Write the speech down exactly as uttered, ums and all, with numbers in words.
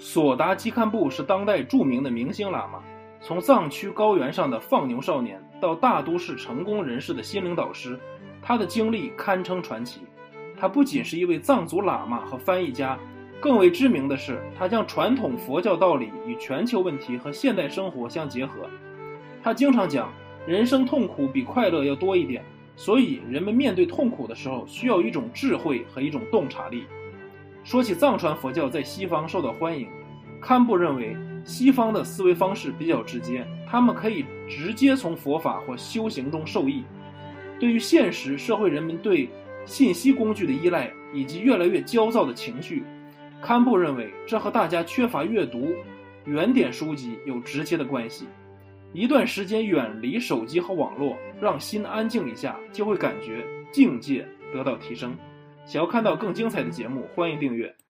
索达基堪布是当代著名的明星喇嘛，从藏区高原上的放牛少年到大都市成功人士的心灵导师，他的经历堪称传奇。他不仅是一位藏族喇嘛和翻译家，更为知名的是，他将传统佛教道理与全球问题和现代生活相结合。他经常讲，人生痛苦比快乐要多一点，所以人们面对痛苦的时候需要一种智慧和一种洞察力。说起藏传佛教在西方受到欢迎，堪布认为西方的思维方式比较直接，他们可以直接从佛法或修行中受益。对于现实社会人们对信息工具的依赖以及越来越焦躁的情绪，堪布认为这和大家缺乏阅读原点书籍有直接的关系。一段时间远离手机和网络，让心安静一下，就会感觉境界得到提升。想要看到更精彩的节目，欢迎订阅。